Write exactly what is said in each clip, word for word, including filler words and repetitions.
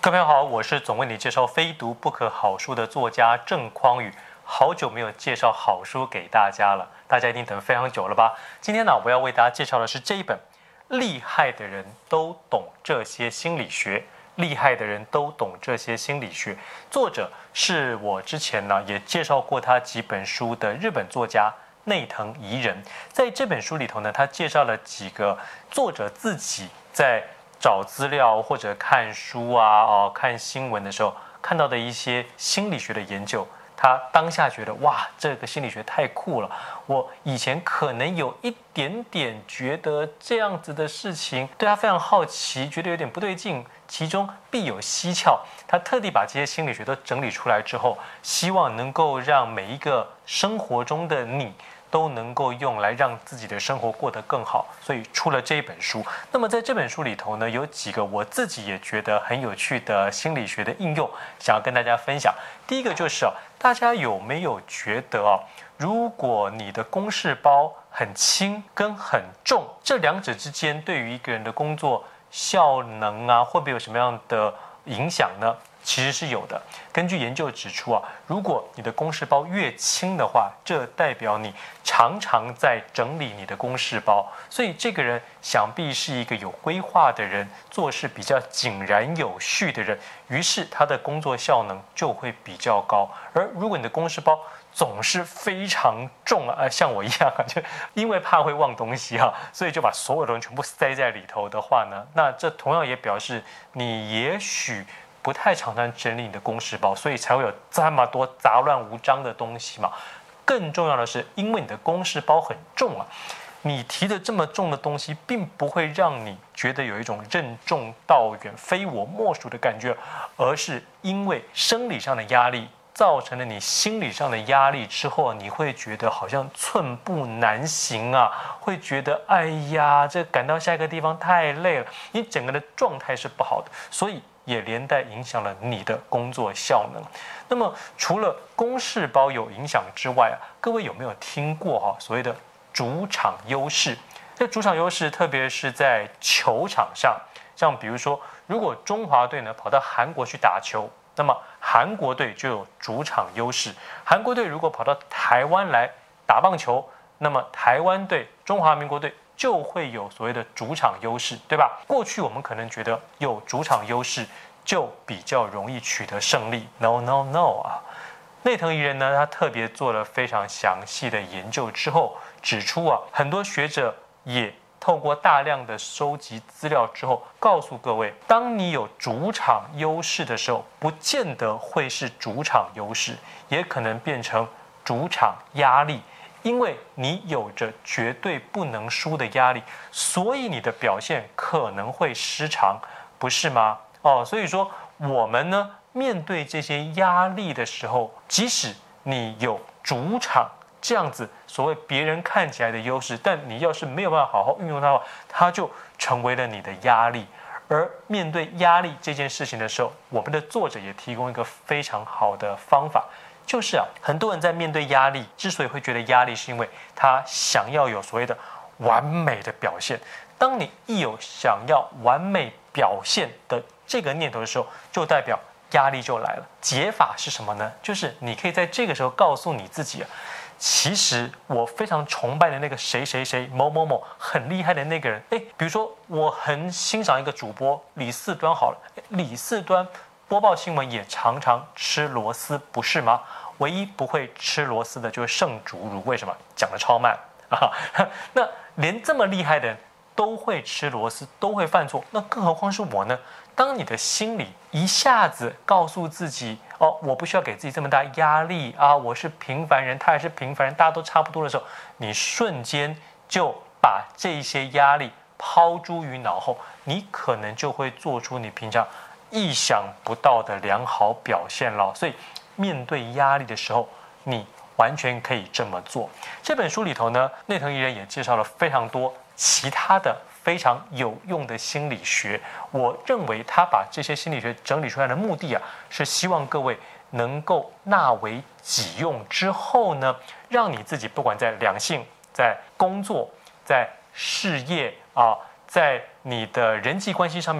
各位朋友好，我是总为你介绍非读不可好书的作家郑匡宇。好久没有介绍好书给大家了，大家一定等非常久了吧？今天呢，我要为大家介绍的是这一本《厉害的人都懂这些心理学》。厉害的人都懂这些心理学，作者是我之前呢也介绍过他几本书的日本作家内藤宜人。在这本书里头呢，他介绍了几个作者自己在找资料或者看书啊、哦、看新闻的时候看到的一些心理学的研究。他当下觉得哇，这个心理学太酷了！我以前可能有一点点觉得这样子的事情，对他非常好奇，觉得有点不对劲，其中必有蹊跷。他特地把这些心理学都整理出来之后，希望能够让每一个生活中的你都能够用来让自己的生活过得更好，所以出了这一本书。那么在这本书里头呢，有几个我自己也觉得很有趣的心理学的应用，想要跟大家分享。第一个就是啊，大家有没有觉得啊，如果你的公事包很轻跟很重，这两者之间对于一个人的工作效能啊，会不会有什么样的影响呢？其实是有的。根据研究指出啊，如果你的公事包越轻的话，这代表你常常在整理你的公事包，所以这个人想必是一个有规划的人，做事比较井然有序的人，于是他的工作效能就会比较高。而如果你的公事包总是非常重啊，像我一样啊，就因为怕会忘东西啊，所以就把所有的人全部塞在里头的话呢，那这同样也表示你也许不太常常整理你的公事包，所以才会有这么多杂乱无章的东西嘛。更重要的是，因为你的公事包很重啊，你提的这么重的东西，并不会让你觉得有一种任重道远、非我莫属的感觉，而是因为生理上的压力造成了你心理上的压力之后，你会觉得好像寸步难行啊，会觉得哎呀，这赶到下一个地方太累了，你整个的状态是不好的，所以也连带影响了你的工作效能。那么除了公事包有影响之外啊，各位有没有听过哈、啊、所谓的主场优势？这主场优势特别是在球场上，像比如说，如果中华队呢跑到韩国去打球，那么韩国队就有主场优势；韩国队如果跑到台湾来打棒球，那么台湾队、中华民国队就会有所谓的主场优势，对吧？过去我们可能觉得有主场优势就比较容易取得胜利 ，no no no 啊！内藤宜人呢，他特别做了非常详细的研究之后，指出啊，很多学者也透过大量的收集资料之后，告诉各位，当你有主场优势的时候，不见得会是主场优势，也可能变成主场压力。因为你有着绝对不能输的压力，所以你的表现可能会失常，不是吗？哦，所以说我们呢，面对这些压力的时候，即使你有主场这样子所谓别人看起来的优势，但你要是没有办法好好运用它的话，它就成为了你的压力。而面对压力这件事情的时候，我们的作者也提供一个非常好的方法。就是啊，很多人在面对压力，之所以会觉得压力，是因为他想要有所谓的完美的表现。当你一有想要完美表现的这个念头的时候，就代表压力就来了。解法是什么呢？就是你可以在这个时候告诉你自己啊，其实我非常崇拜的那个谁谁谁某某某很厉害的那个人，哎，比如说我很欣赏一个主播李四端好了，李四端播报新闻也常常吃螺丝，不是吗？唯一不会吃螺丝的就是盛竹如，为什么？讲得超慢啊！那连这么厉害的人都会吃螺丝，都会犯错，那更何况是我呢？当你的心里一下子告诉自己，哦，我不需要给自己这么大压力啊，我是平凡人，他也是平凡人，大家都差不多的时候，你瞬间就把这些压力抛诸于脑后，你可能就会做出你平常意想不到的良好表现了。所以面对压力的时候，你完全可以这么做。这本书里头呢，内藤宜人也介绍了非常多其他的非常有用的心理学。我认为他把这些心理学整理出来的目的啊，是希望各位能够纳为己用之后呢，让你自己不管在两性、在工作、在事业啊，在你的人际关系上面，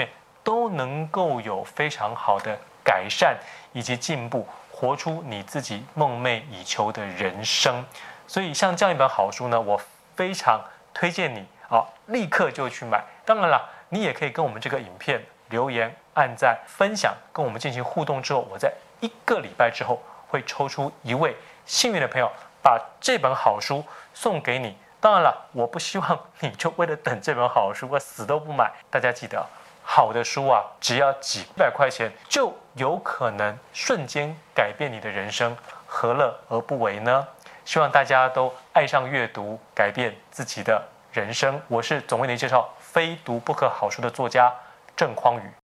都能够有非常好的改善以及进步，活出你自己梦寐以求的人生。所以像这样一本好书呢，我非常推荐你啊，立刻就去买。当然了，你也可以跟我们这个影片留言、按赞、分享，跟我们进行互动之后，我在一个礼拜之后会抽出一位幸运的朋友，把这本好书送给你。当然了，我不希望你就为了等这本好书，我死都不买。大家记得，好的书啊，只要几百块钱，就有可能瞬间改变你的人生，何乐而不为呢？希望大家都爱上阅读，改变自己的人生。我是总为您介绍非读不可好书的作家郑匡宇。